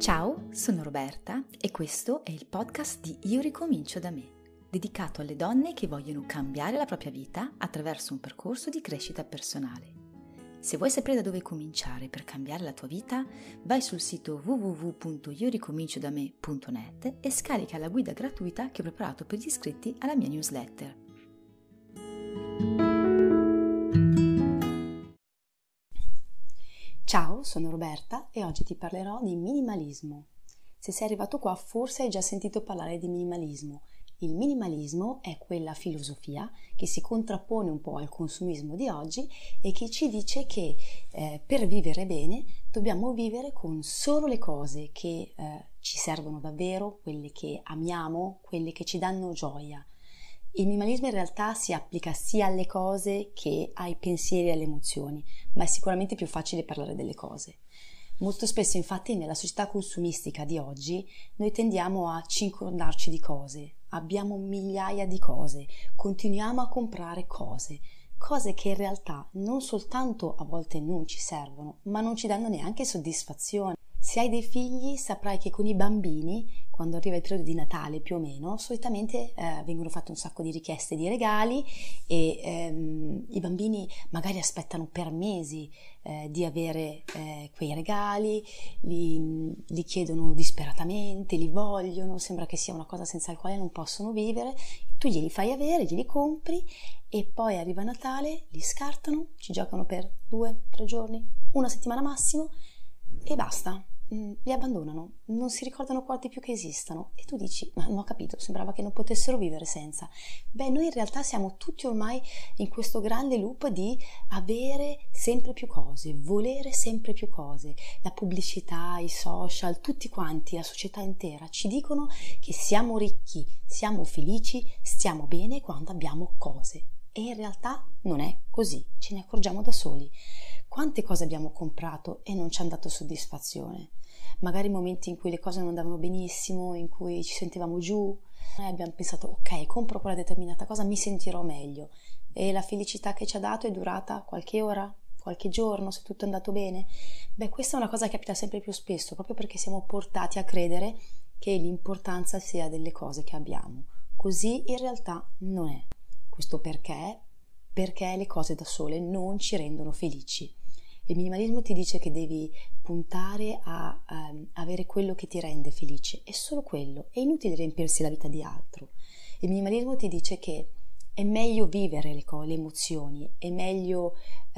Ciao, sono Roberta e questo è il podcast di Io ricomincio da me, dedicato alle donne che vogliono cambiare la propria vita attraverso un percorso di crescita personale. Se vuoi sapere da dove cominciare per cambiare la tua vita, vai sul sito www.ioricominciodame.net e scarica la guida gratuita che ho preparato per gli iscritti alla mia newsletter. Ciao, sono Roberta e oggi ti parlerò di minimalismo. Se sei arrivato qua forse hai già sentito parlare di minimalismo. Il minimalismo è quella filosofia che si contrappone un po' al consumismo di oggi e che ci dice che per vivere bene dobbiamo vivere con solo le cose che ci servono davvero, quelle che amiamo, quelle che ci danno gioia. Il minimalismo in realtà si applica sia alle cose che ai pensieri e alle emozioni, ma è sicuramente più facile parlare delle cose. Molto spesso infatti nella società consumistica di oggi noi tendiamo a circondarci di cose, abbiamo migliaia di cose, continuiamo a comprare cose che in realtà non soltanto a volte non ci servono, ma non ci danno neanche soddisfazione. Se hai dei figli saprai che con i bambini, quando arriva il periodo di Natale più o meno, solitamente vengono fatte un sacco di richieste di regali e i bambini magari aspettano per mesi di avere quei regali, li chiedono disperatamente, li vogliono, sembra che sia una cosa senza la quale non possono vivere. Tu glieli fai avere, glieli compri e poi arriva Natale, li scartano, ci giocano per 2-3 giorni, una settimana massimo e basta. Li abbandonano, non si ricordano quasi più che esistano e tu dici, ma non ho capito, sembrava che non potessero vivere senza. Noi in realtà siamo tutti ormai in questo grande loop di avere sempre più cose, volere sempre più cose. La pubblicità, i social, tutti quanti, la società intera ci dicono che siamo ricchi, siamo felici, stiamo bene quando abbiamo cose e in realtà non è così, ce ne accorgiamo da soli. Quante cose abbiamo comprato e non ci hanno dato soddisfazione? Magari momenti in cui le cose non andavano benissimo, in cui ci sentivamo giù, e abbiamo pensato ok, compro quella determinata cosa, mi sentirò meglio e la felicità che ci ha dato è durata qualche ora, qualche giorno, se tutto è andato bene. Questa è una cosa che capita sempre più spesso, proprio perché siamo portati a credere che l'importanza sia delle cose che abbiamo. Così in realtà non è. Questo perché le cose da sole non ci rendono felici. Il minimalismo ti dice che devi puntare a avere quello che ti rende felice, è solo quello, è inutile riempirsi la vita di altro. Il minimalismo ti dice che è meglio vivere le emozioni, è meglio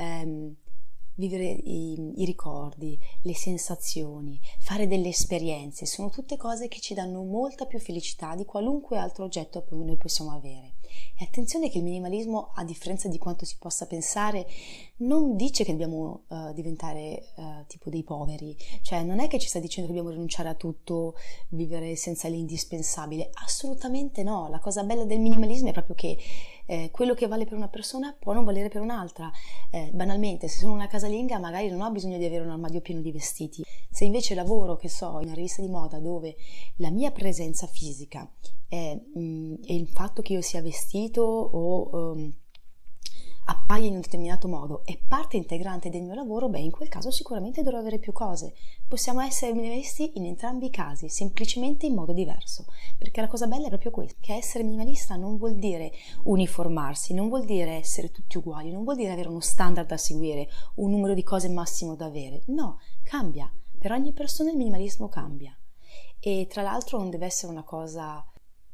vivere i ricordi, le sensazioni, fare delle esperienze, sono tutte cose che ci danno molta più felicità di qualunque altro oggetto che noi possiamo avere. E attenzione che il minimalismo, a differenza di quanto si possa pensare, non dice che dobbiamo diventare tipo dei poveri, cioè non è che ci sta dicendo che dobbiamo rinunciare a tutto, vivere senza l'indispensabile, assolutamente no. La cosa bella del minimalismo è proprio che quello che vale per una persona può non valere per un'altra. Banalmente, se sono una casalinga magari non ho bisogno di avere un armadio pieno di vestiti, se invece lavoro, che so, in una rivista di moda dove la mia presenza fisica è il fatto che io sia vestito o appaia in un determinato modo è parte integrante del mio lavoro, in quel caso sicuramente dovrò avere più cose. Possiamo essere minimalisti in entrambi i casi, semplicemente in modo diverso, perché la cosa bella è proprio questa, che essere minimalista non vuol dire uniformarsi, non vuol dire essere tutti uguali, non vuol dire avere uno standard da seguire, un numero di cose massimo da avere. No, cambia. Per ogni persona il minimalismo cambia. E tra l'altro non deve essere una cosa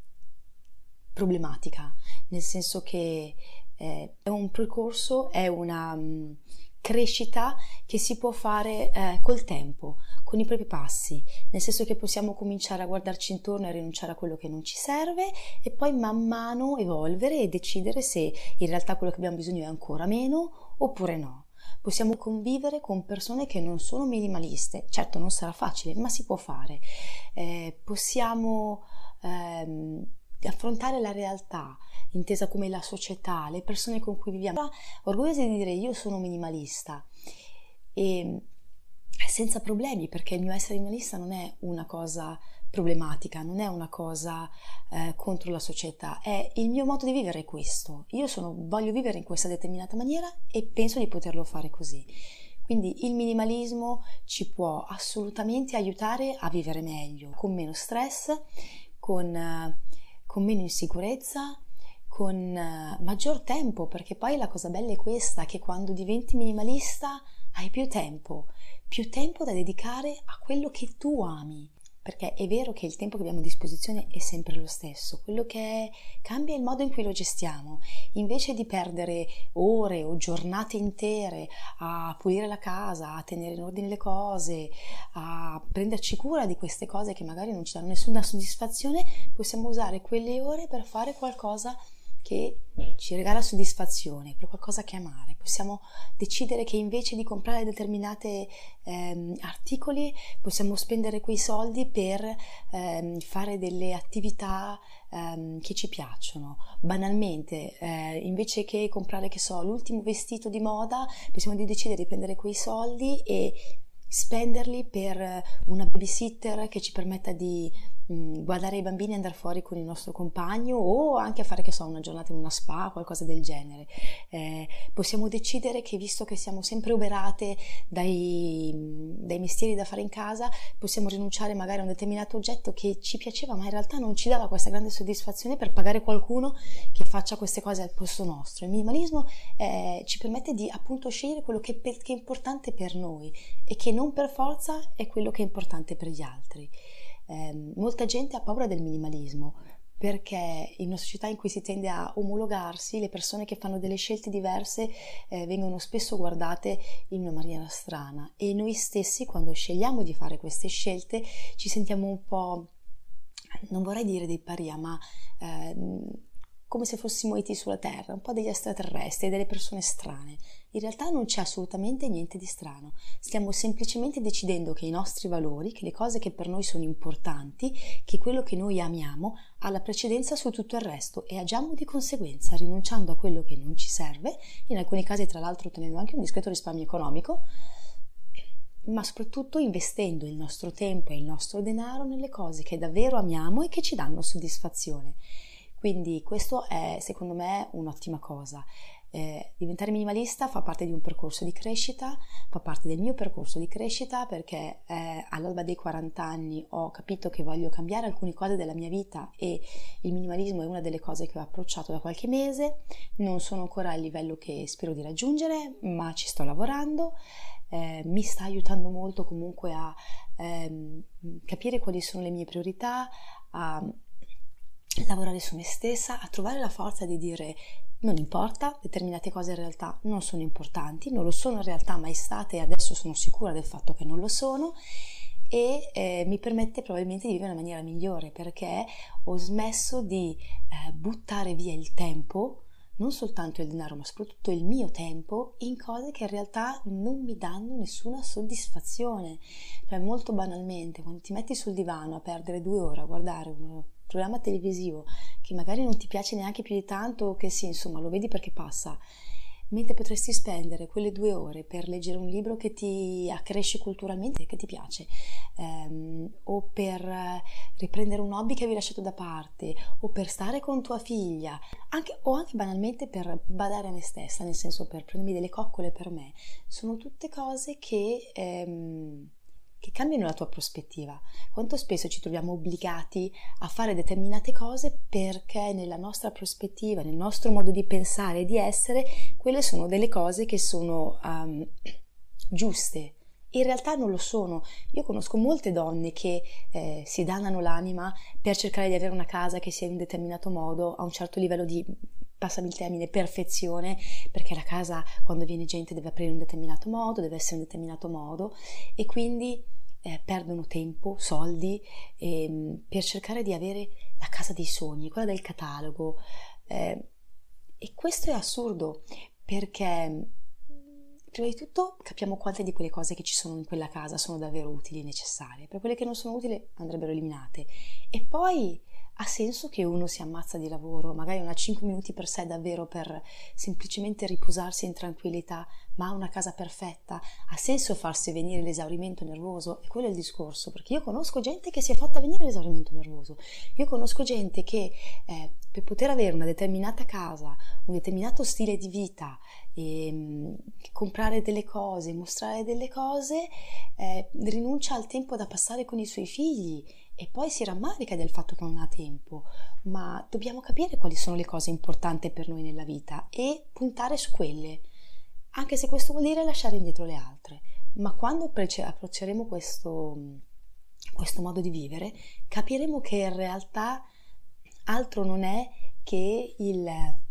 problematica, nel senso che è un percorso, è una crescita che si può fare col tempo, con i propri passi, nel senso che possiamo cominciare a guardarci intorno e rinunciare a quello che non ci serve e poi man mano evolvere e decidere se in realtà quello che abbiamo bisogno è ancora meno oppure no. Possiamo convivere con persone che non sono minimaliste, certo non sarà facile, ma si può fare. Possiamo affrontare la realtà intesa come la società, le persone con cui viviamo. Orgogliosa di dire io sono minimalista e senza problemi, perché il mio essere minimalista non è una cosa problematica, non è una cosa contro la società, è il mio modo di vivere è questo. Voglio vivere in questa determinata maniera e penso di poterlo fare così. Quindi il minimalismo ci può assolutamente aiutare a vivere meglio, con meno stress, con meno insicurezza, con maggior tempo, perché poi la cosa bella è questa, che quando diventi minimalista hai più tempo da dedicare a quello che tu ami. Perché è vero che il tempo che abbiamo a disposizione è sempre lo stesso, quello che cambia è il modo in cui lo gestiamo. Invece di perdere ore o giornate intere a pulire la casa, a tenere in ordine le cose, a prenderci cura di queste cose che magari non ci danno nessuna soddisfazione, possiamo usare quelle ore per fare qualcosa che ci regala soddisfazione, per qualcosa che amare. Possiamo decidere che invece di comprare determinati articoli possiamo spendere quei soldi per fare delle attività che ci piacciono. Banalmente, invece che comprare, che so, l'ultimo vestito di moda, possiamo decidere di prendere quei soldi e spenderli per una babysitter che ci permetta di guardare i bambini e andare fuori con il nostro compagno, o anche a fare, che so, una giornata in una spa, qualcosa del genere. Possiamo decidere che, visto che siamo sempre oberate dai mestieri da fare in casa, possiamo rinunciare magari a un determinato oggetto che ci piaceva ma in realtà non ci dava questa grande soddisfazione, per pagare qualcuno che faccia queste cose al posto nostro. Il minimalismo ci permette di appunto scegliere quello che è importante per noi e che non per forza è quello che è importante per gli altri. Molta gente ha paura del minimalismo perché in una società in cui si tende a omologarsi, le persone che fanno delle scelte diverse vengono spesso guardate in una maniera strana, e noi stessi, quando scegliamo di fare queste scelte, ci sentiamo un po', non vorrei dire dei paria, ma come se fossimo iti sulla terra, un po' degli extraterrestri, delle persone strane. In realtà non c'è assolutamente niente di strano, stiamo semplicemente decidendo che i nostri valori, che le cose che per noi sono importanti, che quello che noi amiamo ha la precedenza su tutto il resto, e agiamo di conseguenza, rinunciando a quello che non ci serve, in alcuni casi tra l'altro ottenendo anche un discreto risparmio economico, ma soprattutto investendo il nostro tempo e il nostro denaro nelle cose che davvero amiamo e che ci danno soddisfazione. Quindi questo è, secondo me, un'ottima cosa. Diventare minimalista fa parte di un percorso di crescita, fa parte del mio percorso di crescita, perché all'alba dei 40 anni ho capito che voglio cambiare alcune cose della mia vita, e il minimalismo è una delle cose che ho approcciato da qualche mese. Non sono ancora al livello che spero di raggiungere, ma ci sto lavorando. Mi sta aiutando molto comunque a capire quali sono le mie priorità, a lavorare su me stessa, a trovare la forza di dire non importa, determinate cose in realtà non sono importanti, non lo sono in realtà mai state, e adesso sono sicura del fatto che non lo sono, e mi permette probabilmente di vivere in una maniera migliore, perché ho smesso di buttare via il tempo, non soltanto il denaro ma soprattutto il mio tempo, in cose che in realtà non mi danno nessuna soddisfazione. Cioè, molto banalmente, quando ti metti sul divano a perdere 2 ore a guardare un programma televisivo che magari non ti piace neanche più di tanto, o che sì, insomma, lo vedi perché passa, mentre potresti spendere quelle 2 ore per leggere un libro che ti accresce culturalmente, che ti piace, o per riprendere un hobby che avevi lasciato da parte, o per stare con tua figlia, o anche banalmente per badare a me stessa, nel senso per prendermi delle coccole per me. Sono tutte cose che cambiano la tua prospettiva. Quanto spesso ci troviamo obbligati a fare determinate cose perché nella nostra prospettiva, nel nostro modo di pensare e di essere, quelle sono delle cose che sono giuste. In realtà non lo sono. Io conosco molte donne che si dannano l'anima per cercare di avere una casa che sia in un determinato modo, a un certo livello di, passami il termine, perfezione, perché la casa, quando viene gente, deve aprire in un determinato modo, deve essere in un determinato modo, e quindi perdono tempo, soldi per cercare di avere la casa dei sogni, quella del catalogo, e questo è assurdo, perché prima di tutto capiamo quante di quelle cose che ci sono in quella casa sono davvero utili e necessarie. Per quelle che non sono utili andrebbero eliminate, e poi Ha senso che uno si ammazza di lavoro, magari non ha 5 minuti per sé davvero per semplicemente riposarsi in tranquillità, ma ha una casa perfetta? Ha senso farsi venire l'esaurimento nervoso? E quello è il discorso, perché io conosco gente che si è fatta venire l'esaurimento nervoso. Io conosco gente che per poter avere una determinata casa, un determinato stile di vita, comprare delle cose, mostrare delle cose, rinuncia al tempo da passare con i suoi figli e poi si rammarica del fatto che non ha tempo. Ma dobbiamo capire quali sono le cose importanti per noi nella vita e puntare su quelle, anche se questo vuol dire lasciare indietro le altre. Ma quando approcceremo questo modo di vivere, capiremo che in realtà altro non è che il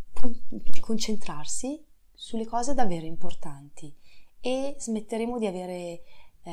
concentrarsi sulle cose davvero importanti e smetteremo di avere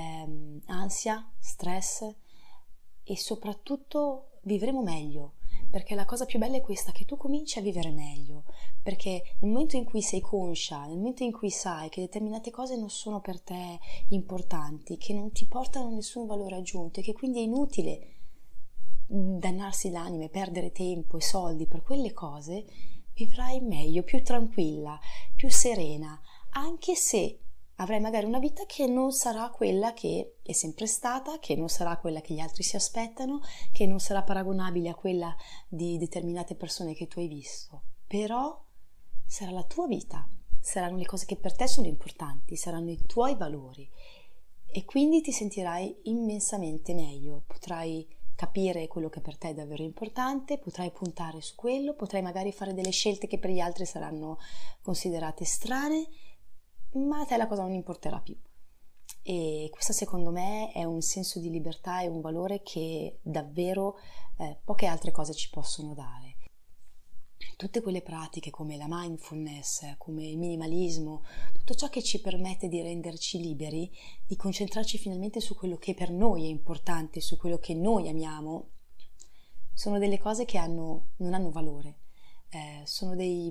ansia, stress e soprattutto vivremo meglio, perché la cosa più bella è questa, che tu cominci a vivere meglio, perché nel momento in cui sei conscia, nel momento in cui sai che determinate cose non sono per te importanti, che non ti portano nessun valore aggiunto e che quindi è inutile dannarsi l'anima e perdere tempo e soldi per quelle cose, vivrai meglio, più tranquilla, più serena, anche se avrai magari una vita che non sarà quella che è sempre stata, che non sarà quella che gli altri si aspettano, che non sarà paragonabile a quella di determinate persone che tu hai visto. Però sarà la tua vita, saranno le cose che per te sono importanti, saranno i tuoi valori e quindi ti sentirai immensamente meglio, potrai capire quello che per te è davvero importante, potrai puntare su quello, potrai magari fare delle scelte che per gli altri saranno considerate strane, ma a te la cosa non importerà più. E questo secondo me è un senso di libertà e un valore che davvero poche altre cose ci possono dare. Tutte quelle pratiche come la mindfulness, come il minimalismo, tutto ciò che ci permette di renderci liberi, di concentrarci finalmente su quello che per noi è importante, su quello che noi amiamo, sono delle cose che non hanno valore, sono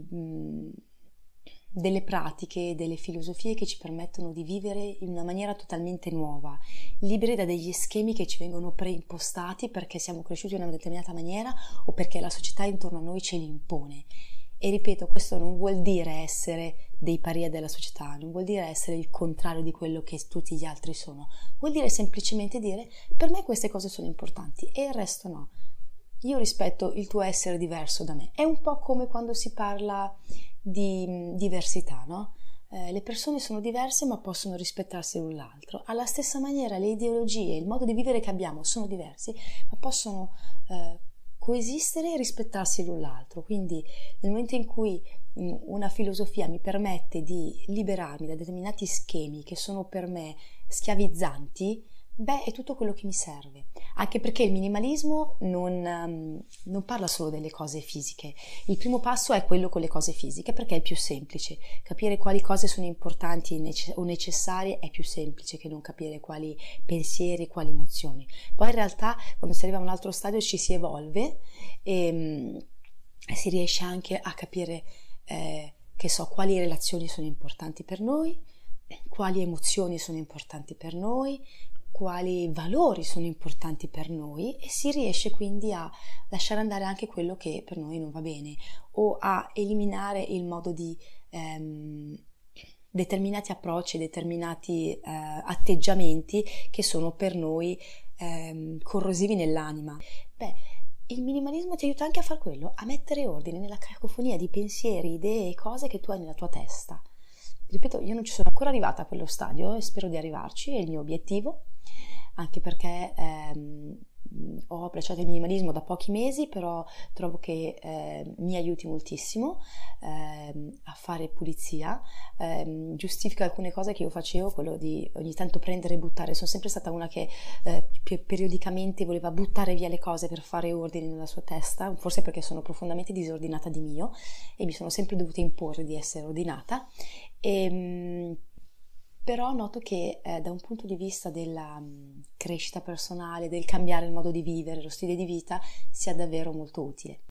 delle pratiche, delle filosofie che ci permettono di vivere in una maniera totalmente nuova, liberi da degli schemi che ci vengono preimpostati perché siamo cresciuti in una determinata maniera o perché la società intorno a noi ce li impone. E ripeto, questo non vuol dire essere dei paria della società, non vuol dire essere il contrario di quello che tutti gli altri sono, vuol dire semplicemente dire: per me queste cose sono importanti e il resto no. Io rispetto il tuo essere diverso da me. È un po' come quando si parla di diversità, no? Le persone sono diverse ma possono rispettarsi l'un l'altro. Alla stessa maniera le ideologie, il modo di vivere che abbiamo sono diversi ma possono coesistere e rispettarsi l'un l'altro. Quindi nel momento in cui una filosofia mi permette di liberarmi da determinati schemi che sono per me schiavizzanti, è tutto quello che mi serve, anche perché il minimalismo non parla solo delle cose fisiche. Il primo passo è quello con le cose fisiche perché è più semplice. Capire quali cose sono importanti o necessarie è più semplice che non capire quali pensieri, quali emozioni. Poi in realtà quando si arriva a un altro stadio ci si evolve e si riesce anche a capire quali relazioni sono importanti per noi, quali emozioni sono importanti per noi, quali valori sono importanti per noi e si riesce quindi a lasciare andare anche quello che per noi non va bene o a eliminare il modo di determinati approcci, determinati atteggiamenti che sono per noi corrosivi nell'anima. Il minimalismo ti aiuta anche a fare quello, a mettere ordine nella cacofonia di pensieri, idee e cose che tu hai nella tua testa. Ripeto, io non ci sono ancora arrivata a quello stadio e spero di arrivarci, è il mio obiettivo, anche perché ho approcciato il minimalismo da pochi mesi, però trovo che mi aiuti moltissimo a fare pulizia, giustifica alcune cose che io facevo, quello di ogni tanto prendere e buttare. Sono sempre stata una che periodicamente voleva buttare via le cose per fare ordine nella sua testa, forse perché sono profondamente disordinata di mio e mi sono sempre dovuta imporre di essere ordinata. Però noto che da un punto di vista della crescita personale, del cambiare il modo di vivere, lo stile di vita, sia davvero molto utile.